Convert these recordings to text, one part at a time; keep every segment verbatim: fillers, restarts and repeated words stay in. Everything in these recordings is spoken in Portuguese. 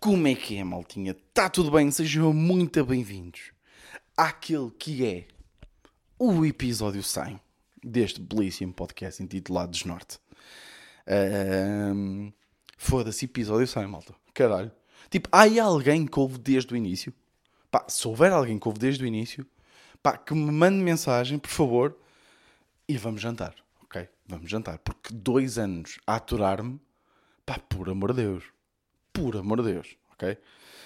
Como é que é, maltinha? Está tudo bem? Sejam muito bem-vindos àquele que é o episódio cem deste belíssimo podcast intitulado Desnorte. Um, Foda-se, episódio cem, malta. Caralho. Tipo, há aí alguém que ouve desde o início? Pá, se houver alguém que ouve desde o início, pá, que me mande mensagem, por favor, e vamos jantar, ok? Vamos jantar. Porque dois anos a aturar-me, pá, por amor de Deus. Por amor de Deus, ok?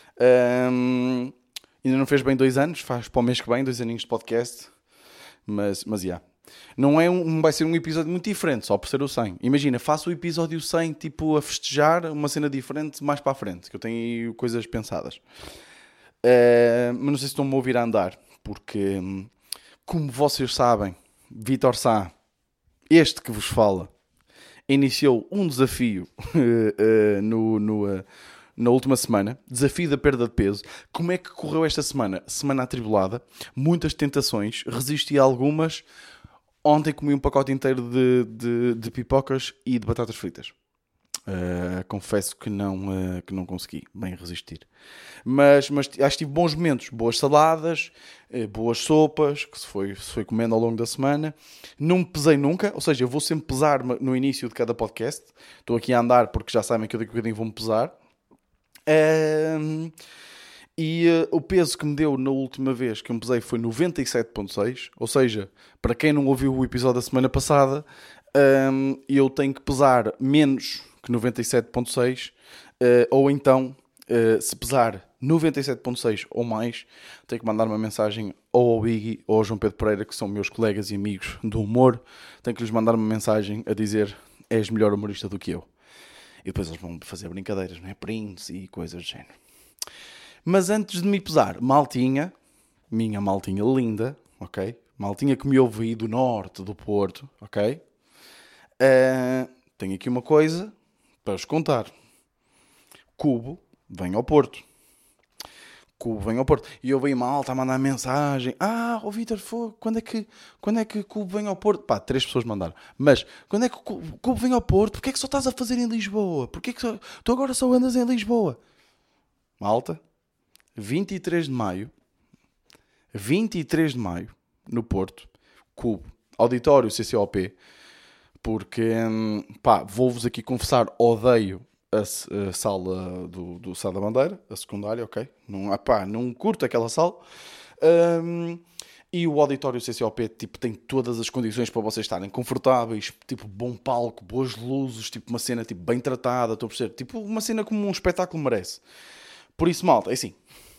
Um, ainda não fez bem dois anos, faz para o mês que vem, dois aninhos de podcast. Mas, mas, já. Yeah. Não, é um, vai ser um episódio muito diferente, só por ser o cem. Imagina, faço o episódio cem, tipo, a festejar uma cena diferente mais para a frente, que eu tenho coisas pensadas. Uh, mas não sei se estão-me a ouvir a andar, porque, como vocês sabem, Vítor Sá, este que vos fala, iniciou um desafio uh, uh, no, no, uh, na última semana. Desafio da perda de peso. Como é que correu esta semana? Semana atribulada. Muitas tentações. Resisti a algumas. Ontem comi um pacote inteiro de, de, de pipocas e de batatas fritas. Uh, confesso que não, uh, que não consegui bem resistir. Mas, mas acho que tive bons momentos. Boas saladas, uh, boas sopas, que se foi, se foi comendo ao longo da semana. Não me pesei nunca, ou seja, eu vou sempre pesar no início de cada podcast. Estou aqui a andar porque já sabem que eu daqui a bocadinho vou-me pesar. Uh, e uh, o peso que me deu na última vez que eu me pesei foi noventa e sete vírgula seis. Ou seja, para quem não ouviu o episódio da semana passada, uh, eu tenho que pesar menos que noventa e sete vírgula seis, uh, ou então, uh, se pesar noventa e sete vírgula seis ou mais, tenho que mandar uma mensagem ou ao Iggy ou ao João Pedro Pereira, que são meus colegas e amigos do humor. Tenho que lhes mandar uma mensagem a dizer: és melhor humorista do que eu. E depois eles vão fazer brincadeiras, não é? Prints e coisas do género. Mas antes de me pesar, maltinha, minha maltinha linda, ok? Maltinha que me ouve aí do norte do Porto, ok? Uh, tenho aqui uma coisa para vos contar. Cubo vem ao Porto. Cubo vem ao Porto. E eu venho malta a mandar mensagem. Ah, ô Vítor, quando é que quando é que Cubo vem ao Porto? Pá, três pessoas mandaram. Mas, quando é que Cubo, Cubo vem ao Porto? Porquê é que só estás a fazer em Lisboa? Porquê é que só, tu agora só andas em Lisboa? Malta, vinte e três de maio, vinte e três de maio, no Porto, Cubo, auditório C C O P, porque, pá, vou-vos aqui confessar, odeio a, a sala do, do Sá da Bandeira, a secundária, ok? Não, pá, não curto aquela sala. Um, e o auditório C C O P, tipo, tem todas as condições para vocês estarem confortáveis, tipo, bom palco, boas luzes, tipo, uma cena, tipo, bem tratada, estou a perceber? Tipo, uma cena como um espetáculo merece. Por isso, malta, é assim,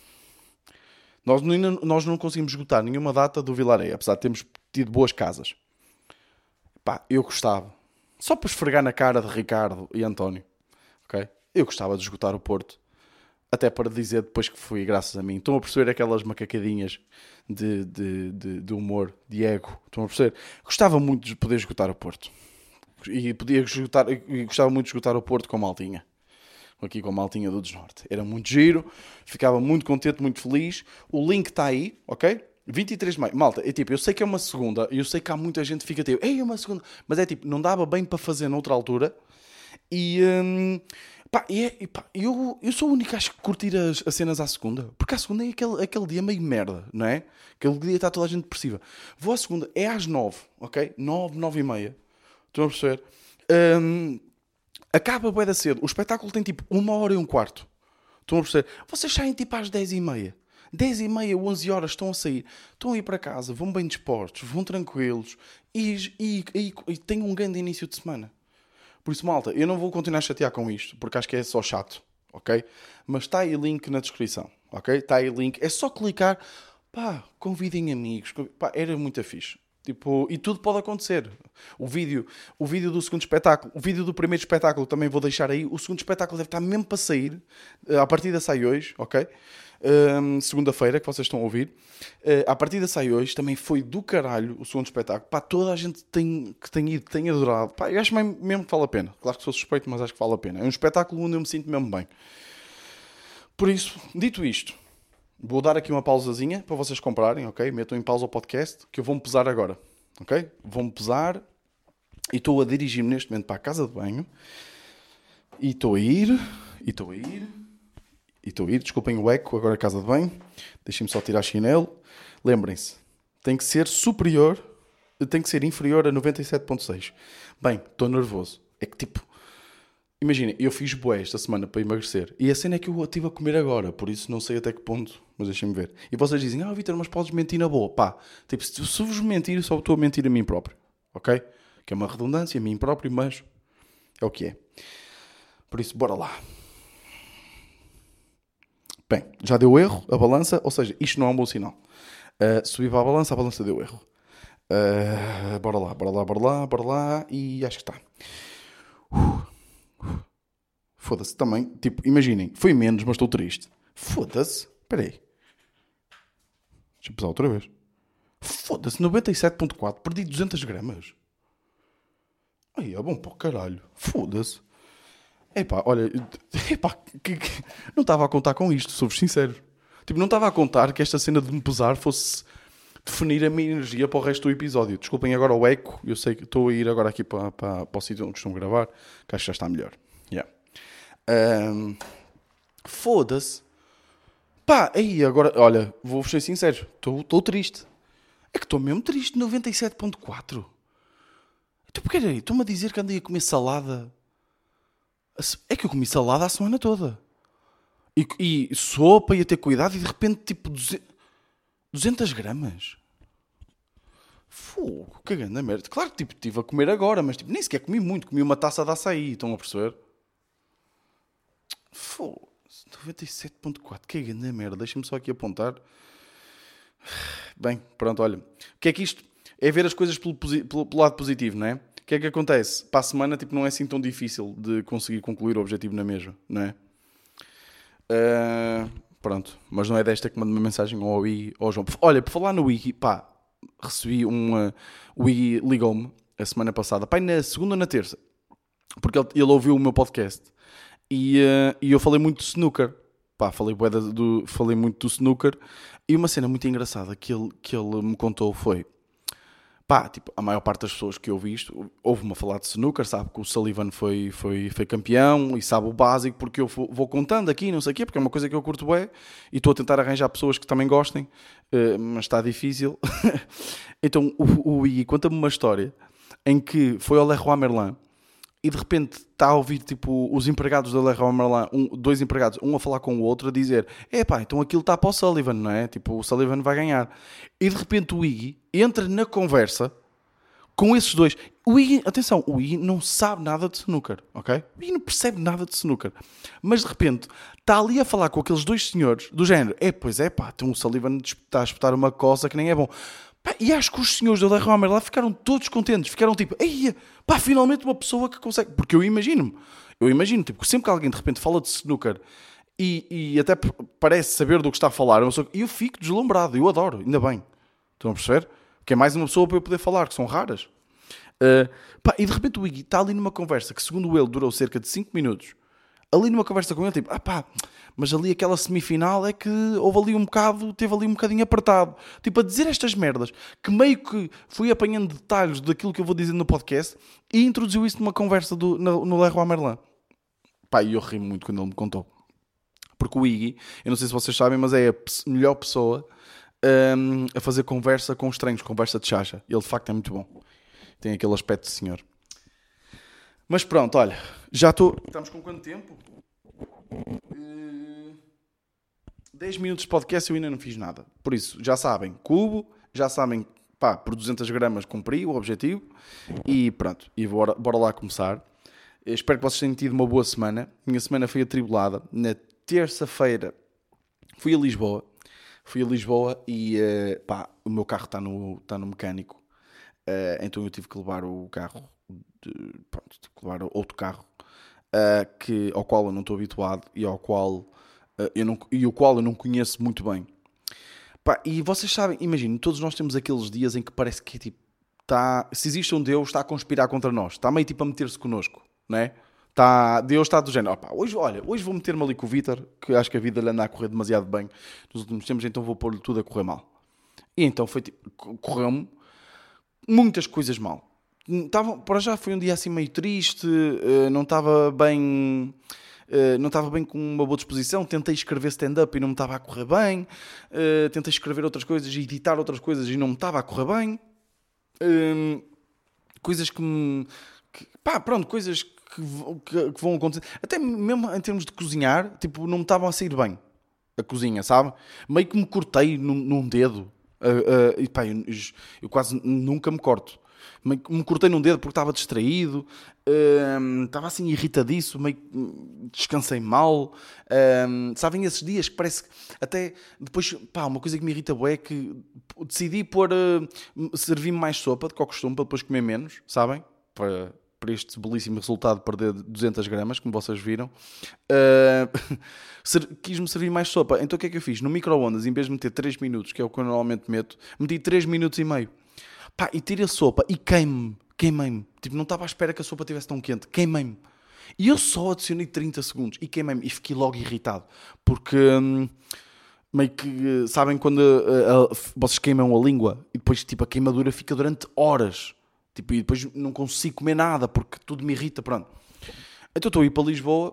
nós não, nós não conseguimos esgotar nenhuma data do Vilareia, apesar de termos tido boas casas. Pá, eu gostava, só para esfregar na cara de Ricardo e António, ok? Eu gostava de esgotar o Porto, até para dizer depois que foi graças a mim. Estão a perceber aquelas macacadinhas de, de, de, de humor, de ego? Estão a perceber? Gostava muito de poder esgotar o Porto. E, podia esgotar, e gostava muito de esgotar o Porto com a maltinha. Aqui com a maltinha do Desnorte. Era muito giro, ficava muito contente, muito feliz. O link está aí, ok? vinte e três de maio. Malta, é tipo, eu sei que é uma segunda, e eu sei que há muita gente que fica tipo, ei, é uma segunda. Mas é tipo, não dava bem para fazer noutra altura. E, hum, pá, e, é, e pá, eu, eu sou o único, acho que curtir as, as cenas à segunda. Porque à segunda é aquele, aquele dia meio merda, não é? Aquele dia está toda a gente depressiva. Vou à segunda, é às nove, ok? Nove, nove e meia. Estão a perceber? Hum, acaba bué da cedo. O espetáculo tem tipo uma hora e um quarto. Estão a perceber? Vocês saem tipo às dez e meia. dez e meia, onze horas estão a sair. Estão a ir para casa, vão bem dispostos, vão tranquilos. E, e, e, e têm um grande início de semana. Por isso, malta, eu não vou continuar a chatear com isto, porque acho que é só chato, ok? Mas está aí link na descrição, ok? Está aí link. É só clicar. Pá, convidem amigos. Pá, era muito fixe. Tipo, e tudo pode acontecer. O vídeo, o vídeo do segundo espetáculo, o vídeo do primeiro espetáculo também vou deixar aí. O segundo espetáculo deve estar mesmo para sair. A partida sai hoje, ok? Um, segunda-feira, que vocês estão a ouvir. Uh, a partida sai hoje. Também foi do caralho o segundo espetáculo. Pá, toda a gente tem, que tem ido, tem adorado. Pá, eu acho mesmo que vale a pena. Claro que sou suspeito, mas acho que vale a pena. É um espetáculo onde eu me sinto mesmo bem. Por isso, dito isto, vou dar aqui uma pausazinha para vocês comprarem, ok? Metam em pausa o podcast, que eu vou-me pesar agora, ok? Vou-me pesar e estou a dirigir-me neste momento para a casa de banho. E estou a ir, e estou a ir, E estou a ir, desculpem o eco, agora a casa de banho. Deixem-me só tirar chinelo. Lembrem-se, tem que ser superior, tem que ser inferior a noventa e sete vírgula seis. Bem, estou nervoso. É que tipo, imagina, eu fiz bué esta semana para emagrecer. E a cena é que eu estive a comer agora, por isso não sei até que ponto, mas deixem-me ver. E vocês dizem, ah, Vítor, mas podes mentir na boa. Pá, tipo, se, se vos mentir, só estou a mentir a mim próprio. Ok? Que é uma redundância, a mim próprio, mas é o que é. Por isso, bora lá. Bem, já deu erro a balança, ou seja, isto não é um bom sinal. Uh, subi para a balança, a balança deu erro. Uh, bora lá, bora lá, bora lá, bora lá, e acho que está. Uh, uh. Foda-se também, tipo, imaginem, foi menos, mas estou triste. Foda-se, espera aí. Deixa eu pesar outra vez. Foda-se, noventa e sete vírgula quatro, perdi duzentas gramas. Aí é bom para o caralho. Foda-se. Epá, olha, epá, que, que, não estava a contar com isto, sou-vos sincero. Tipo, não estava a contar que esta cena de me pesar fosse definir a minha energia para o resto do episódio. Desculpem agora o eco, eu sei que estou a ir agora aqui para, para, para o sítio onde costumo gravar, que acho que já está melhor. Yeah. Um, Foda-se. Pá, aí agora, olha, vou-vos ser sincero, estou triste. É que estou mesmo triste, noventa e sete vírgula quatro. Então, porque aí, estou-me a dizer que andei a comer salada. É que eu comi salada a semana toda. E, e sopa, ia ter cuidado e de repente, tipo, duzentas gramas. Fogo, que grande merda. Claro que tipo, estive a comer agora, mas tipo, nem sequer comi muito. Comi uma taça de açaí, estão a perceber? Fogo, noventa e sete vírgula quatro, que grande merda. Deixa-me só aqui apontar. Bem, pronto, olha. O que é que isto... É ver as coisas pelo, pelo, pelo lado positivo, não é? O que é que acontece? Para a semana, tipo, não é assim tão difícil de conseguir concluir o objetivo na mesma, não é? Uh, pronto, mas não é desta que mando uma mensagem ao I, ao João. Olha, por falar no Iggy, pá, recebi uma... O Iggy ligou-me a semana passada, pá, na segunda ou na terça, porque ele, ele ouviu o meu podcast e, uh, e eu falei muito de snooker. Pá, falei, bué do, falei muito do snooker e uma cena muito engraçada que ele, que ele me contou foi... Pá, tipo, a maior parte das pessoas que eu ouvi isto, ouve-me a falar de snooker, sabe que o Sullivan foi, foi, foi campeão e sabe o básico, porque eu vou contando aqui, não sei o quê, porque é uma coisa que eu curto bem e estou a tentar arranjar pessoas que também gostem, mas está difícil. Então o, o Iggy conta-me uma história em que foi ao Leroy Merlin e de repente está a ouvir tipo, os empregados da Leroy Merlin, um, dois empregados, um a falar com o outro, a dizer: epá, então aquilo está para o Sullivan, não é? Tipo, o Sullivan vai ganhar. E de repente o Iggy entra na conversa com esses dois. O Iggy, atenção, o Iggy não sabe nada de snooker, ok? O Iggy não percebe nada de snooker. Mas de repente está ali a falar com aqueles dois senhores do género: é, pois é, pá, então o Sullivan está a disputar uma coisa que nem é bom. Pá, e acho que os senhores da Leroy Merlin ficaram todos contentes. Ficaram tipo: ei, pá, finalmente uma pessoa que consegue. Porque eu imagino-me, eu imagino, tipo, sempre que alguém de repente fala de snooker e, e até parece saber do que está a falar, eu, sou, eu fico deslumbrado, eu adoro, ainda bem. Estão a perceber? Que é mais uma pessoa para eu poder falar, que são raras. Uh, pá, e de repente o Iggy está ali numa conversa que, segundo ele, durou cerca de cinco minutos. Ali numa conversa com ele, tipo, ah pá, mas ali aquela semifinal é que houve ali um bocado, teve ali um bocadinho apertado. Tipo, a dizer estas merdas, que meio que fui apanhando detalhes daquilo que eu vou dizer no podcast e introduziu isso numa conversa do, no, no Leroy Merlin. Pá, e eu ri muito quando ele me contou. Porque o Iggy, eu não sei se vocês sabem, mas é a melhor pessoa um, a fazer conversa com estranhos, conversa de chacha. Ele de facto é muito bom. Tem aquele aspecto de senhor. Mas pronto, olha, já estou... Estamos com quanto tempo? Uh, dez minutos de podcast e eu ainda não fiz nada. Por isso, já sabem, cubo, já sabem, pá, por duzentas gramas cumpri o objetivo. E pronto, e bora, bora lá começar. Eu espero que vocês tenham tido uma boa semana. Minha semana foi atribulada. Na terça-feira fui a Lisboa. Fui a Lisboa e, uh, pá, o meu carro está no, está no mecânico. Uh, então eu tive que levar o carro... De, pronto, tive que levar outro carro uh, que, ao qual eu não estou habituado e ao qual, uh, eu não, e o qual eu não conheço muito bem. Pá, e vocês sabem, imaginem, todos nós temos aqueles dias em que parece que tipo, tá, se existe um Deus, está a conspirar contra nós, está meio tipo a meter-se connosco, não é? Tá, Deus está do género, opa, hoje, olha, hoje vou meter-me ali com o Vítor, que acho que a vida lhe anda a correr demasiado bem nos últimos tempos, então vou pôr-lhe tudo a correr mal. E então foi tipo, correu-me muitas coisas mal. Tava, para já foi um dia assim meio triste, não estava bem, uh, não estava bem com uma boa disposição, tentei escrever stand-up e não me estava a correr bem, uh, tentei escrever outras coisas e editar outras coisas e não me estava a correr bem, uh, coisas que me... Que, pá, pronto, coisas que, que, que vão acontecer, até mesmo em termos de cozinhar, tipo, não me estavam a sair bem a cozinha, sabe? Meio que me cortei num, num dedo, uh, uh, e pá, eu, eu quase nunca me corto. Me, me cortei num dedo porque estava distraído, uh, estava assim irritadiço, meio descansei mal. Uh, sabem esses dias que parece que até depois, pá, uma coisa que me irrita bué é que decidi pôr, uh, servir-me mais sopa do que ao costume para depois comer menos, sabem? Para, para este belíssimo resultado de perder duzentas gramas, como vocês viram. Uh, quis-me servir mais sopa, então o que é que eu fiz? No micro-ondas, em vez de meter três minutos, que é o que eu normalmente meto, meti três minutos e meio. Pá, e tirei a sopa e queimei-me, queimei-me. Tipo, não estava à espera que a sopa estivesse tão quente, queimei-me. E eu só adicionei trinta segundos e queimei-me e fiquei logo irritado. Porque, hum, meio que, sabem quando uh, uh, vocês queimam a língua e depois, tipo, a queimadura fica durante horas. Tipo, e depois não consigo comer nada porque tudo me irrita, pronto. Então estou a ir para Lisboa.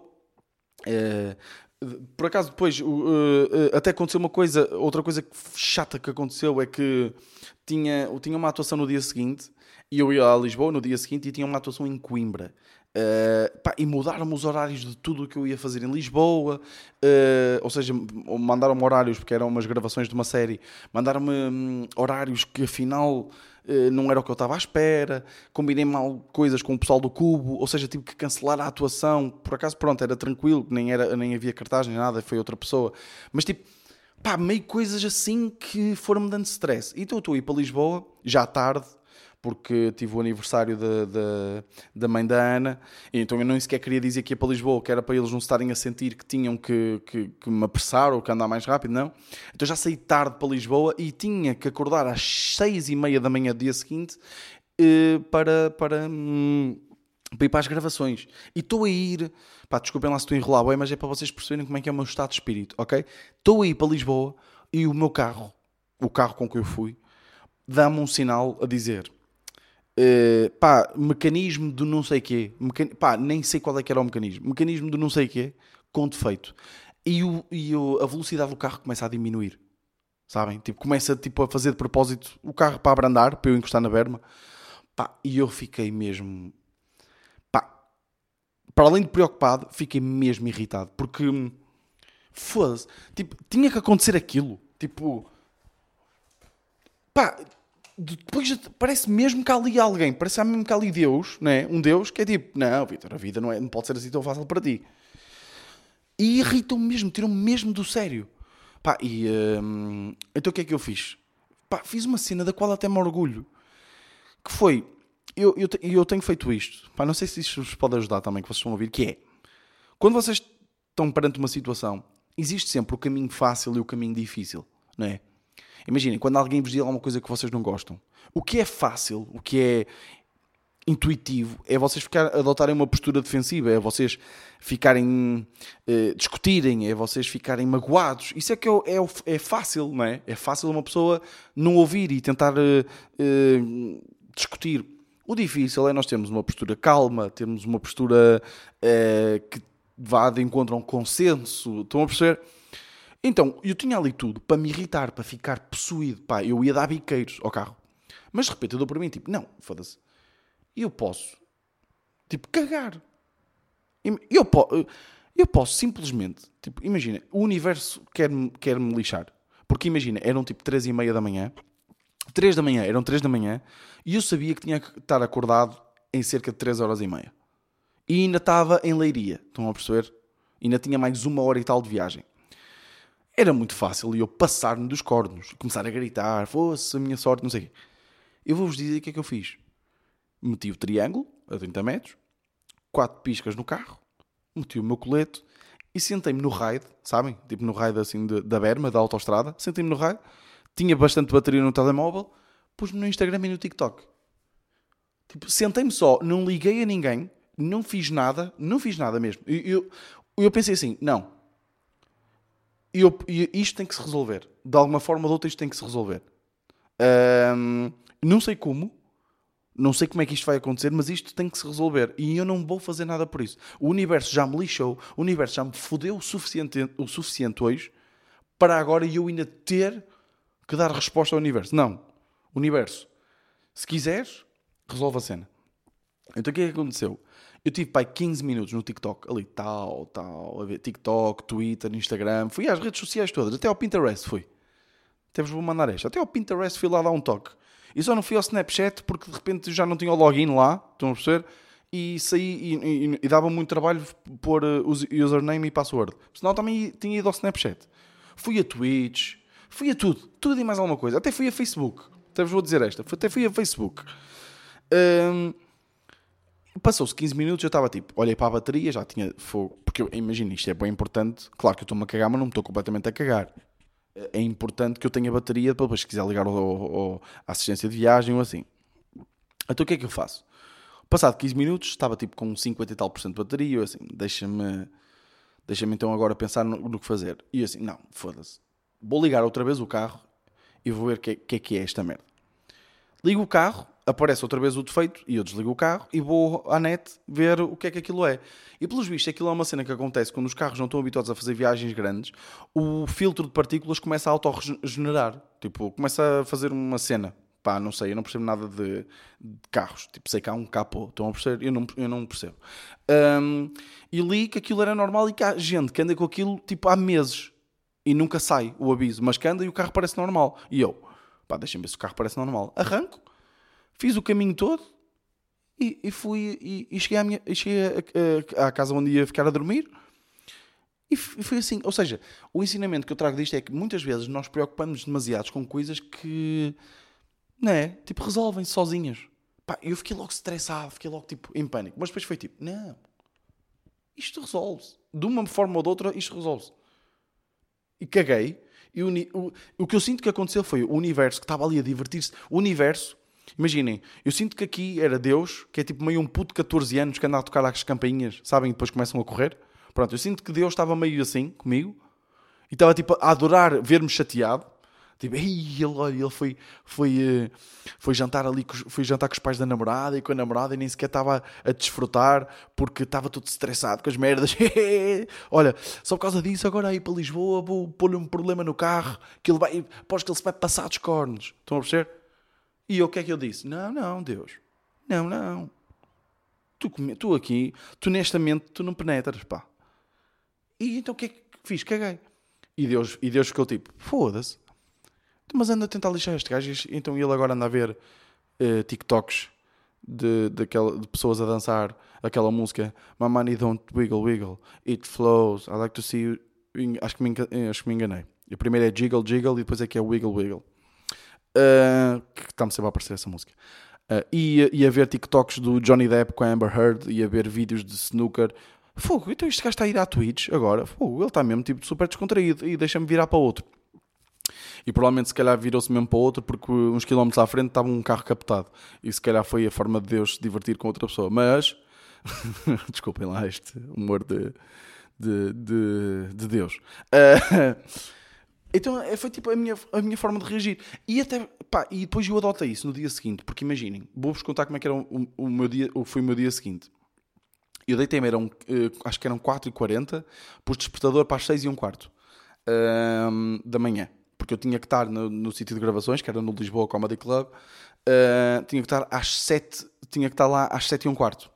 Uh, por acaso depois uh, uh, até aconteceu uma coisa, outra coisa chata que aconteceu é que tinha, tinha uma atuação no dia seguinte e eu ia a Lisboa no dia seguinte e tinha uma atuação em Coimbra. Uh, pá, e mudaram-me os horários de tudo o que eu ia fazer em Lisboa, uh, ou seja, mandaram-me horários porque eram umas gravações de uma série, mandaram-me um, horários que afinal uh, não era o que eu estava à espera, combinei mal coisas com o pessoal do Cubo, ou seja, tive que cancelar a atuação. Por acaso, pronto, era tranquilo, nem, era, nem havia cartaz nem nada, foi outra pessoa, mas tipo, pá, meio coisas assim que foram-me dando stress. Então eu estou a ir para Lisboa, já à tarde, porque tive o aniversário da, da, da mãe da Ana, e então eu nem sequer queria dizer que ia para Lisboa, que era para eles não estarem a sentir que tinham que, que, que me apressar ou que andar mais rápido, não. Então já saí tarde para Lisboa e tinha que acordar às seis e meia da manhã do dia seguinte eh, para, para, hum, para ir para as gravações. E estou a ir, pá, desculpem lá se estou a enrolar, bem, mas é para vocês perceberem como é que é o meu estado de espírito, ok? Estou a ir para Lisboa e o meu carro, o carro com que eu fui, dá-me um sinal a dizer... Uh, pá, mecanismo do não sei quê, Mecan... pá, nem sei qual é que era o mecanismo, mecanismo do não sei quê, com defeito, e, o, e o, a velocidade do carro começa a diminuir, sabem? Tipo, começa tipo, a fazer de propósito o carro para abrandar, para eu encostar na berma, pá, e eu fiquei mesmo, pá, para além de preocupado, fiquei mesmo irritado, porque, foda-se, tipo, tinha que acontecer aquilo, tipo, pá... Depois parece mesmo que há ali alguém, parece mesmo que há ali Deus, né? Um Deus que é tipo, não, Vitor, a vida não, é, não pode ser assim tão fácil para ti. E irritam-me mesmo, tiram-me mesmo do sério. Pá, e hum, então o que é que eu fiz? Pá, fiz uma cena da qual até me orgulho. Que foi, eu, eu, eu tenho feito isto. Pá, não sei se isto vos pode ajudar também, que vocês estão a ouvir, que é, quando vocês estão perante uma situação, existe sempre o caminho fácil e o caminho difícil, não é? Imaginem, quando alguém vos diz alguma coisa que vocês não gostam, o que é fácil, o que é intuitivo, é vocês ficar, adotarem uma postura defensiva, é vocês ficarem, eh, discutirem, é vocês ficarem magoados. Isso é que é, é, é fácil, não é? É fácil uma pessoa não ouvir e tentar eh, eh, discutir. O difícil é nós termos uma postura calma, termos uma postura eh, que vá de encontro a um consenso. Estão a perceber? Então, eu tinha ali tudo para me irritar, para ficar possuído. Pá, eu ia dar biqueiros ao carro. Mas de repente eu dou para mim, tipo, não, foda-se. Eu posso, tipo, cagar. Eu, po eu posso simplesmente, tipo, imagina, o universo quer-me quer -me lixar. Porque imagina, eram tipo três e meia da manhã. três da manhã, eram três da manhã. E eu sabia que tinha que estar acordado em cerca de três horas e meia. E ainda estava em Leiria, estão a perceber? Ainda tinha mais uma hora e tal de viagem. Era muito fácil eu passar-me dos cornos e começar a gritar, fosse a minha sorte, não sei o quê. Eu vou-vos dizer o que é que eu fiz. Meti o triângulo a trinta metros, quatro piscas no carro, meti o meu colete e sentei-me no raio, sabem? Tipo no raio assim de, da berma, da autoestrada. Sentei-me no raio, tinha bastante bateria no telemóvel, pus-me no Instagram e no TikTok. Tipo, sentei-me só, não liguei a ninguém, não fiz nada, não fiz nada mesmo. Eu, eu, eu pensei assim, não. E eu, isto tem que se resolver. De alguma forma ou de outra isto tem que se resolver. Um, não sei como. Não sei como é que isto vai acontecer, mas isto tem que se resolver. E eu não vou fazer nada por isso. O universo já me lixou, o universo já me fodeu o suficiente, o suficiente hoje para agora eu ainda ter que dar resposta ao universo. Não. Universo, se quiseres, resolve a cena. Então o que é que aconteceu? Eu tive, pai, quinze minutos no TikTok, ali, tal, tal, a ver TikTok, Twitter, Instagram, fui às redes sociais todas, até ao Pinterest fui. Até vos vou mandar esta. Até ao Pinterest fui lá dar um toque. E só não fui ao Snapchat porque de repente já não tinha o login lá, estão a perceber? E saí e, e, e dava muito trabalho pôr uh, username e password. Senão também tinha ido ao Snapchat. Fui a Twitch, fui a tudo, tudo e mais alguma coisa. Até fui a Facebook. Até vos vou dizer esta. Até fui a Facebook. Um, Passou-se quinze minutos, eu estava tipo, olhei para a bateria, já tinha fogo. Porque eu imagino, isto é bem importante. Claro que eu estou-me a cagar, mas não me estou completamente a cagar. É importante que eu tenha bateria para depois, se quiser ligar ao, ao, ao, à assistência de viagem ou assim. Então o que é que eu faço? Passado quinze minutos, estava tipo com cinquenta e tal por cento de bateria. Eu assim, deixa-me deixa-me então agora pensar no, no que fazer. E eu assim, não, foda-se. Vou ligar outra vez o carro e vou ver o que, que é que é esta merda. Ligo o carro, aparece outra vez o defeito e eu desligo o carro e vou à net ver o que é que aquilo é. E pelos vistos, aquilo é uma cena que acontece quando os carros não estão habituados a fazer viagens grandes, o filtro de partículas começa a autorregenerar. Tipo, começa a fazer uma cena. Pá, não sei, eu não percebo nada de, de carros. Tipo, sei que há um capô, estão a perceber? Eu não, eu não percebo. Um, e li que aquilo era normal e que há gente que anda com aquilo tipo há meses e nunca sai o aviso, mas que anda e o carro parece normal. E eu, pá, deixa-me ver se o carro parece normal. Arranco, fiz o caminho todo e, e fui e, e cheguei, à, minha, e cheguei a, a, à casa onde ia ficar a dormir e foi assim. Ou seja, o ensinamento que eu trago disto é que muitas vezes nós preocupamos demasiado com coisas que, não é? Tipo, resolvem-se sozinhas. Pá, eu fiquei logo estressado, fiquei logo tipo em pânico, mas depois foi tipo, não, isto resolve-se. De uma forma ou de outra, isto resolve-se. E caguei. E o, o, o que eu sinto que aconteceu foi o universo que estava ali a divertir-se. O universo, imaginem, eu sinto que aqui era Deus, que é tipo meio um puto de catorze anos que anda a tocar as campainhas, sabem? E depois começam a correr. Pronto, eu sinto que Deus estava meio assim comigo e estava tipo a adorar ver-me chateado. Tipo, ei, ele, olha, ele foi, foi, foi, jantar ali, foi jantar com os pais da namorada e com a namorada e nem sequer estava a desfrutar porque estava todo estressado com as merdas. Olha, só por causa disso, agora aí para Lisboa vou pôr-lhe um problema no carro que ele vai, aposto que ele se vai passar dos cornos. Estão a perceber? E eu, o que é que eu disse? Não, não, Deus. Não, não. Tu, tu aqui, tu nesta mente, tu não penetras, pá. E então o que é que fiz? Caguei. E Deus, e Deus ficou tipo, foda-se. Mas anda a tentar lixar este gajo. Então ele agora anda a ver uh, TikToks de, de, aquela, de pessoas a dançar aquela música My money don't wiggle wiggle, it flows, I like to see you. Acho que me, acho que me enganei. O primeiro é jiggle jiggle e depois é que é wiggle wiggle. Uh, que está-me sempre a aparecer essa música. Uh, e, e a ver TikToks do Johnny Depp com a Amber Heard e a ver vídeos de snooker. Fogo, então este gajo está a ir à Twitch agora. Fogo, ele está mesmo tipo super descontraído e deixa-me virar para outro. E provavelmente se calhar virou-se mesmo para outro porque uns quilómetros à frente estava um carro captado. E se calhar foi a forma de Deus se divertir com outra pessoa. Mas, desculpem lá este humor de, de, de, de Deus. Uh, então foi tipo a minha, a minha forma de reagir. E, até, pá, e depois eu adotei isso no dia seguinte. Porque imaginem, vou-vos contar como é que era o, o meu dia, foi o meu dia seguinte. Eu deitei-me, eram, acho que eram quatro e quarenta, pus despertador para as seis e um quarto uh, da manhã. Porque eu tinha que estar no, no sítio de gravações, que era no Lisboa Comedy Club, uh, tinha que estar às sete, tinha que estar lá às sete e um quarto.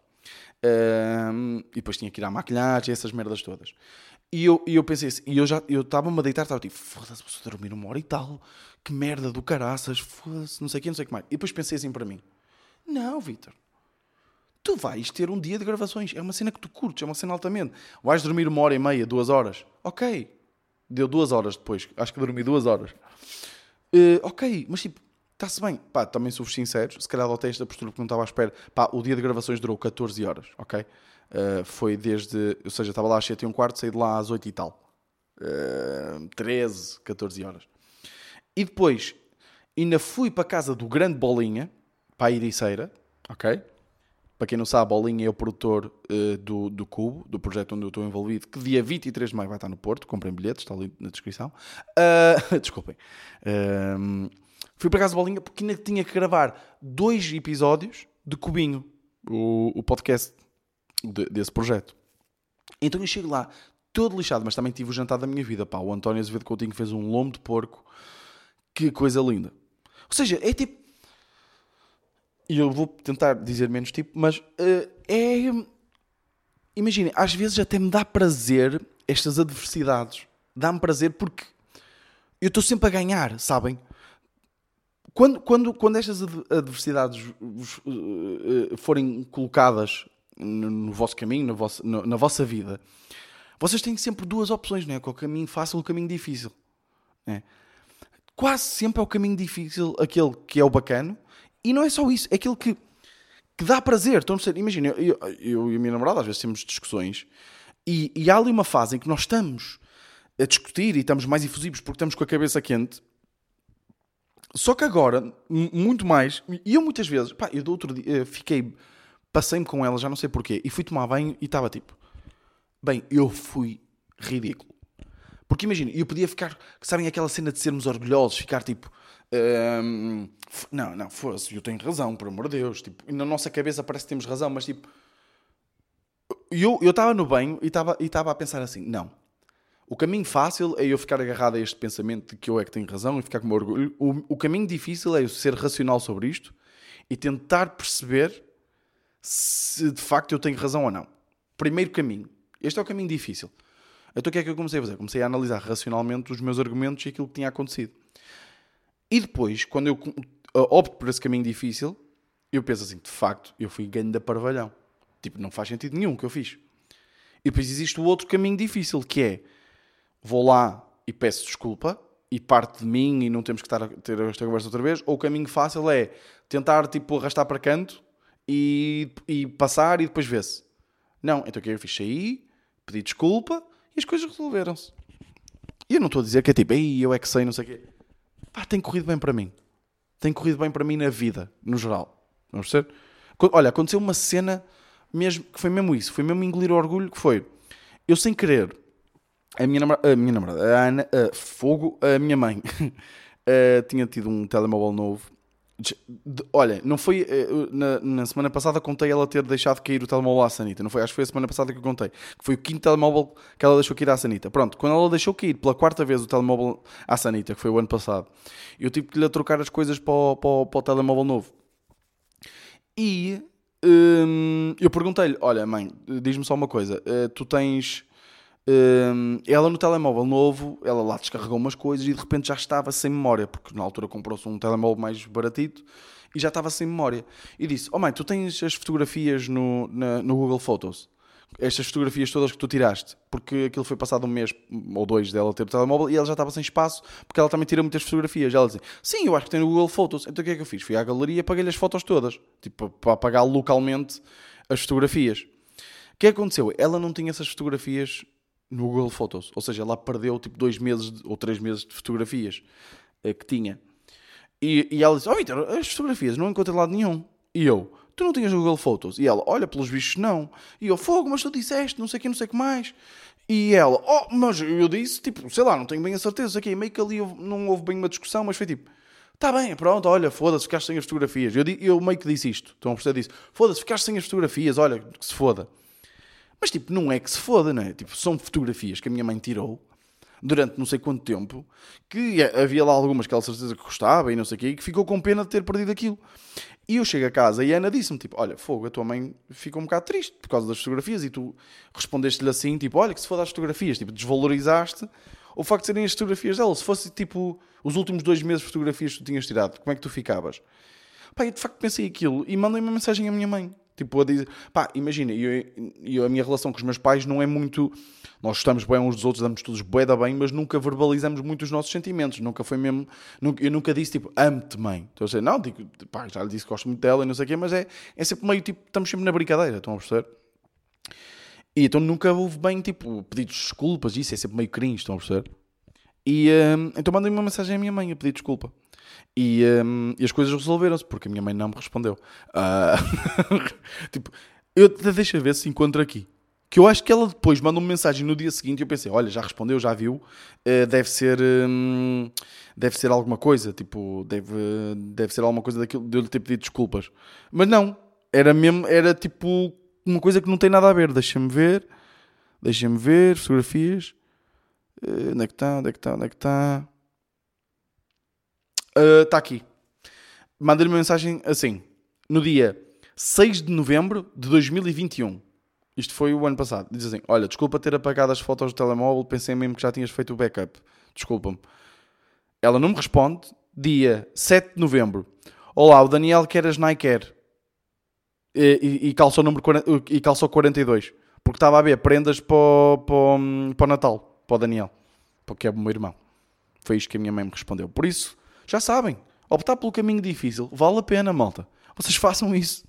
Uh, e depois tinha que ir à maquilhagem, essas merdas todas. E eu, e eu pensei assim, e eu já eu estava-me a deitar, estava tipo, foda-se, vou dormir uma hora e tal, que merda do caraças, foda-se, não sei o que, não sei o que mais. E depois pensei assim para mim, não, Vítor, tu vais ter um dia de gravações, é uma cena que tu curtes, é uma cena altamente. Vais dormir uma hora e meia, duas horas, ok. Deu duas horas depois. Acho que dormi duas horas. Uh, ok, mas tipo, está-se bem. Pá, também sou-vos sincero. Se calhar adotei esta postura porque não estava à espera. Pá, o dia de gravações durou catorze horas, ok? Uh, foi desde... Ou seja, estava lá às sete e um quarto, saí de lá às oito e tal. Uh, treze, catorze horas. E depois, ainda fui para a casa do grande Bolinha, para a Ericeira, ok? Para quem não sabe, Bolinha é o produtor uh, do, do Cubo, do projeto onde eu estou envolvido, que dia vinte e três de maio vai estar no Porto. Comprem bilhetes, está ali na descrição. Uh, desculpem. Uh, fui para casa de Bolinha porque ainda tinha que gravar dois episódios de Cubinho, o, o podcast de, desse projeto. Então eu chego lá, todo lixado, mas também tive o jantar da minha vida. Pá, o António Azevedo Coutinho fez um lombo de porco. Que coisa linda. Ou seja, é tipo... E eu vou tentar dizer menos tipo, mas uh, é... Imaginem, às vezes até me dá prazer estas adversidades. Dá-me prazer porque eu estou sempre a ganhar, sabem? Quando, quando, quando estas adversidades uh, uh, forem colocadas no, no vosso caminho, na vossa, no, na vossa vida, vocês têm sempre duas opções, não é? Com o caminho fácil e o caminho difícil. Não é? Quase sempre é o caminho difícil, aquele que é o bacano, e não é só isso, é aquele que, que dá prazer. Então, imagina, eu, eu, eu e a minha namorada às vezes temos discussões, e, e há ali uma fase em que nós estamos a discutir e estamos mais efusivos porque estamos com a cabeça quente. Só que agora, muito mais, e eu muitas vezes, pá, eu do outro dia fiquei, passei-me com ela, já não sei porquê, e fui tomar banho e estava tipo, bem, eu fui ridículo. Porque imagina, eu podia ficar, sabem aquela cena de sermos orgulhosos, ficar tipo, hum, não, não, fosse, eu tenho razão, por amor de Deus, tipo, e na nossa cabeça parece que temos razão, mas tipo, eu estava no banho e estava e estava a pensar assim, não, o caminho fácil é eu ficar agarrado a este pensamento de que eu é que tenho razão e ficar com o meu orgulho, o, o caminho difícil é eu ser racional sobre isto e tentar perceber se de facto eu tenho razão ou não. Primeiro caminho, este é o caminho difícil. Então o que é que eu comecei a fazer? Comecei a analisar racionalmente os meus argumentos e aquilo que tinha acontecido. E depois, quando eu opto por esse caminho difícil, eu penso assim, de facto, eu fui ganho da parvalhão. Tipo, não faz sentido nenhum o que eu fiz. E depois existe o outro caminho difícil, que é, vou lá e peço desculpa, e parte de mim e não temos que estar a ter esta conversa outra vez, ou o caminho fácil é tentar, tipo, arrastar para canto e, e passar e depois vê-se. Não, então o que eu fiz? Saí, pedi desculpa e as coisas resolveram-se. E eu não estou a dizer que é tipo, ei, eu é que sei, não sei o quê. Pá, tem corrido bem para mim. Tem corrido bem para mim na vida, no geral. Vamos ver? Olha, aconteceu uma cena mesmo, que foi mesmo isso. Foi mesmo engolir o orgulho, que foi, eu sem querer, a minha namorada, a, minha namorada, a Ana, a Fogo, a minha mãe, a, tinha tido um telemóvel novo. De, de, olha, não foi, na, na semana passada contei ela ter deixado cair o telemóvel à Sanita. Não foi, acho que foi a semana passada que eu contei. Que foi o quinto telemóvel que ela deixou cair à Sanita. Pronto, quando ela deixou cair pela quarta vez o telemóvel à Sanita, que foi o ano passado, eu tive que lhe trocar as coisas para o, para o, para o telemóvel novo. E hum, eu perguntei-lhe, olha mãe, diz-me só uma coisa, uh, tu tens... Um, ela no telemóvel novo, ela lá descarregou umas coisas e de repente já estava sem memória, porque na altura comprou-se um telemóvel mais baratito e já estava sem memória. E disse, oh mãe, tu tens as fotografias no, na, no Google Photos, estas fotografias todas que tu tiraste, porque aquilo foi passado um mês ou dois dela ter o telemóvel e ela já estava sem espaço, porque ela também tira muitas fotografias. Ela disse, sim, eu acho que tem no Google Photos. Então o que é que eu fiz? Fui à galeria e apaguei-lhe as fotos todas, tipo, para apagar localmente as fotografias. O que é que aconteceu? Ela não tinha essas fotografias no Google Photos, ou seja, ela perdeu tipo dois meses ou três meses de fotografias eh, que tinha. E, e ela disse, oh Vitor, as fotografias não encontro em lado nenhum. E eu, tu não tinhas no Google Photos? E ela, olha, pelos bichos não. E eu, fogo, mas tu disseste, não sei o que, não sei o que mais. E ela, oh, mas eu disse, tipo, sei lá, não tenho bem a certeza, aqui, meio que ali não houve bem uma discussão, mas foi tipo, tá bem, pronto, olha, foda-se, ficaste sem as fotografias. Eu, eu meio que disse isto, estão a perceber disso, foda-se, ficaste sem as fotografias, olha, que se foda. Mas, tipo, não é que se foda, não é? Tipo, são fotografias que a minha mãe tirou durante não sei quanto tempo, que havia lá algumas que ela certeza que gostava e não sei o quê, e que ficou com pena de ter perdido aquilo. E eu chego a casa e a Ana disse-me, tipo, olha, fogo, a tua mãe ficou um bocado triste por causa das fotografias e tu respondeste-lhe assim, tipo, olha, que se foda as fotografias, tipo, desvalorizaste o facto de serem as fotografias dela. Se fosse, tipo, os últimos dois meses de fotografias que tu tinhas tirado, como é que tu ficavas? Pá, eu de facto pensei aquilo e mandei uma mensagem à minha mãe. Tipo, a dizer, pá, imagina, eu, eu, a minha relação com os meus pais não é muito... Nós gostamos bem uns dos outros, damos todos bué da bem, mas nunca verbalizamos muito os nossos sentimentos. Nunca foi mesmo... Nunca, eu nunca disse, tipo, amo-te, mãe. Então, eu sei, não, digo, pá, já lhe disse que gosto muito dela e não sei o quê, mas é, é sempre meio, tipo, estamos sempre na brincadeira, estão a perceber? E então nunca houve bem, tipo, pedidos de desculpas, isso é sempre meio cringe, estão a perceber? E um, então mandei uma mensagem à minha mãe a pedir desculpa. E, um, e as coisas resolveram-se, porque a minha mãe não me respondeu. Uh... tipo, eu deixa ver se encontro aqui. Que eu acho que ela depois mandou uma mensagem no dia seguinte e eu pensei, olha, já respondeu, já viu, uh, deve ser um, deve ser alguma coisa, tipo, deve, deve ser alguma coisa daquilo de eu lhe ter pedido desculpas. Mas não, Era mesmo, era tipo uma coisa que não tem nada a ver. Deixa-me ver. Deixa-me ver. Fotografias. Uh, onde é que está? Onde é que está? Onde é que está? Está uh, aqui. Manda-lhe uma mensagem assim. No dia seis de novembro de dois mil e vinte e um. Isto foi o ano passado. Diz assim: olha, desculpa ter apagado as fotos do telemóvel. Pensei mesmo que já tinhas feito o backup. Desculpa-me. Ela não me responde. Dia sete de novembro. Olá, o Daniel quer as Nike Air. E, e, e, calçou o número quarenta, e calçou quarenta e dois. Porque estava a ver prendas para o, para, o, para o Natal. Para o Daniel. Porque é o meu irmão. Foi isto que a minha mãe me respondeu. Por isso, já sabem. Optar pelo caminho difícil. Vale a pena, malta. Vocês façam isso.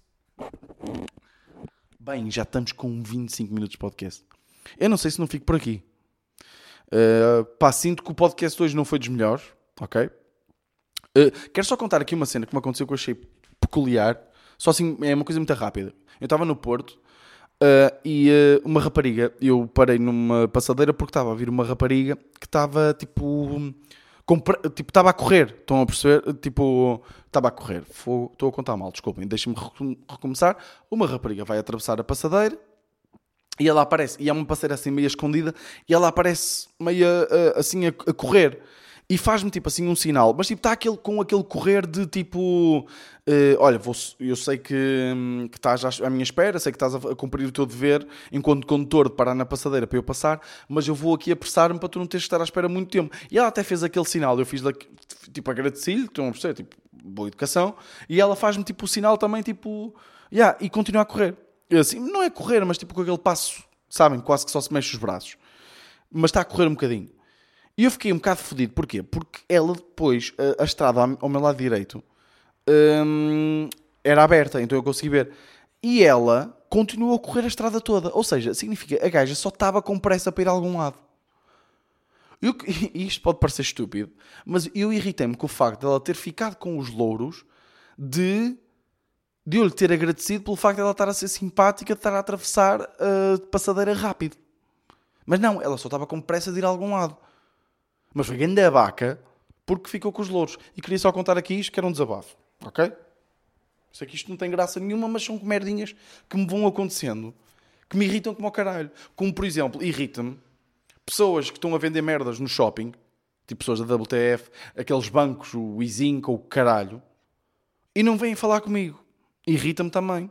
Bem, já estamos com vinte e cinco minutos de podcast. Eu não sei se não fico por aqui. Uh, pá, sinto que o podcast hoje não foi dos melhores. Ok? Uh, quero só contar aqui uma cena que me aconteceu que eu achei peculiar. Só assim, é uma coisa muito rápida. Eu estava no Porto uh, e uh, uma rapariga, eu parei numa passadeira porque estava a vir uma rapariga que estava tipo, compre... tipo, estava a correr. Estão a perceber? Tipo, estava a correr. Estou a contar mal, desculpem. Deixem-me recomeçar. Uma rapariga vai atravessar a passadeira e ela aparece. E é uma passadeira assim meio escondida e ela aparece meio uh, assim a, a correr. E faz-me tipo assim um sinal, mas tipo está aquele, com aquele correr de tipo, uh, olha, vou, eu sei que, que estás à minha espera, sei que estás a, a cumprir o teu dever enquanto condutor de parar na passadeira para eu passar, mas eu vou aqui apressar-me para tu não teres de estar à espera muito tempo. E ela até fez aquele sinal, eu fiz tipo agradeci-lhe, estão a perceber, tipo, boa educação, e ela faz-me tipo o sinal também, tipo, yeah, e continua a correr. Eu, assim, não é correr, mas tipo com aquele passo, sabem, quase que só se mexe os braços, mas está a correr um bocadinho. E eu fiquei um bocado fodido. Porquê? Porque ela depois, a, a estrada ao meu lado direito, hum, era aberta, então eu consegui ver. E ela continuou a correr a estrada toda. Ou seja, significa a gaja só estava com pressa para ir a algum lado. Eu, e isto pode parecer estúpido, mas eu irritei-me com o facto de ela ter ficado com os louros de, de eu lhe ter agradecido pelo facto de ela estar a ser simpática, de estar a atravessar a passadeira rápido. Mas não, ela só estava com pressa de ir a algum lado. Mas foi grande a vaca porque ficou com os louros. E queria só contar aqui isto que era um desabafo. Ok? Sei que isto não tem graça nenhuma, mas são merdinhas que me vão acontecendo. Que me irritam como ao caralho. Como, por exemplo, irrita-me pessoas que estão a vender merdas no shopping. Tipo pessoas da W T F. Aqueles bancos, o Izinc ou o caralho. E não vêm falar comigo. Irrita-me também.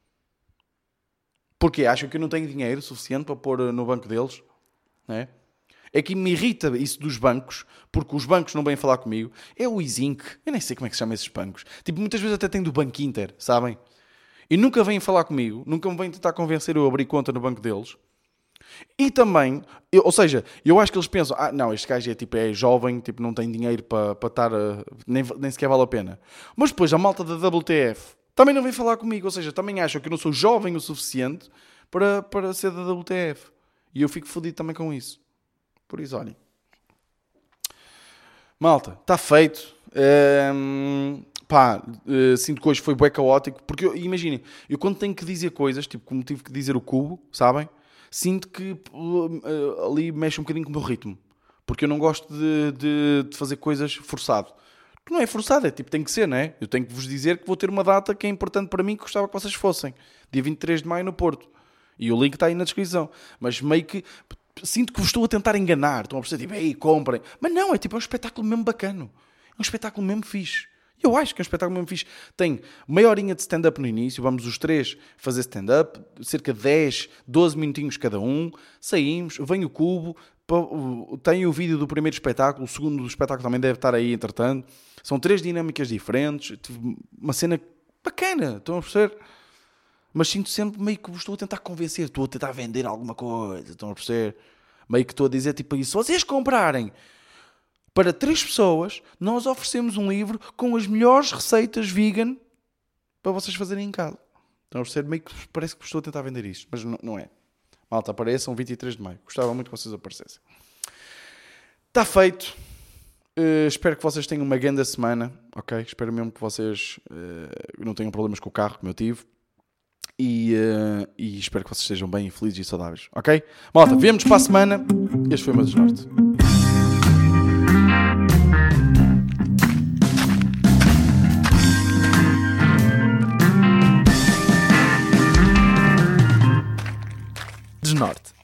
Porque acham que eu não tenho dinheiro suficiente para pôr no banco deles. Não é? É que me irrita isso dos bancos, porque os bancos não vêm falar comigo. É o Izinc, eu nem sei como é que se chama esses bancos. Tipo, muitas vezes até tem do Banco Inter, sabem? E nunca vêm falar comigo, nunca me vêm tentar convencer eu a abrir conta no banco deles. E também, eu, ou seja, eu acho que eles pensam, ah, não, este gajo é, tipo, é jovem, tipo, não tem dinheiro para, para estar, uh, nem, nem sequer vale a pena. Mas depois a malta da W T F também não vem falar comigo, ou seja, também acham que eu não sou jovem o suficiente para, para ser da W T F. E eu fico fodido também com isso. Por isso, olhem. Malta, está feito. Um, pá, uh, sinto que hoje foi bué caótico. Porque, imaginem, eu quando tenho que dizer coisas, tipo como tive que dizer o cubo, sabem? Sinto que uh, ali mexe um bocadinho com o meu ritmo. Porque eu não gosto de, de, de fazer coisas forçado. Que não é forçado, é tipo, tem que ser, não é? Eu tenho que vos dizer que vou ter uma data que é importante para mim, que gostava que vocês fossem. Dia vinte e três de maio no Porto. E o link está aí na descrição. Mas meio que... sinto que vos estou a tentar enganar. Estão a perceber, tipo, ei, comprem. Mas não, é tipo, é um espetáculo mesmo bacano. É um espetáculo mesmo fixe. Eu acho que é um espetáculo mesmo fixe. Tem meia horinha de stand-up no início. Vamos os três fazer stand-up. Cerca de dez, doze minutinhos cada um. Saímos, vem o cubo. Tem o vídeo do primeiro espetáculo. O segundo do espetáculo também deve estar aí, entretanto. São três dinâmicas diferentes. Uma cena bacana. Estão a perceber? Mas sinto sempre meio que vos estou a tentar convencer. Estou a tentar vender alguma coisa. Estão a perceber? Meio que estou a dizer tipo isso. Se vocês comprarem para três pessoas, nós oferecemos um livro com as melhores receitas vegan para vocês fazerem em casa. Estão a perceber? Meio que parece que vos estou a tentar vender isto. Mas não, não é. Malta, apareçam vinte e três de maio. Gostava muito que vocês aparecessem. Está feito. Uh, espero que vocês tenham uma grande semana. Ok? Espero mesmo que vocês uh, não tenham problemas com o carro, como eu tive. E, uh, e espero que vocês estejam bem, felizes e saudáveis, ok? Malta, vemo-nos para a semana. Este foi o meu Desnorte. Desnorte.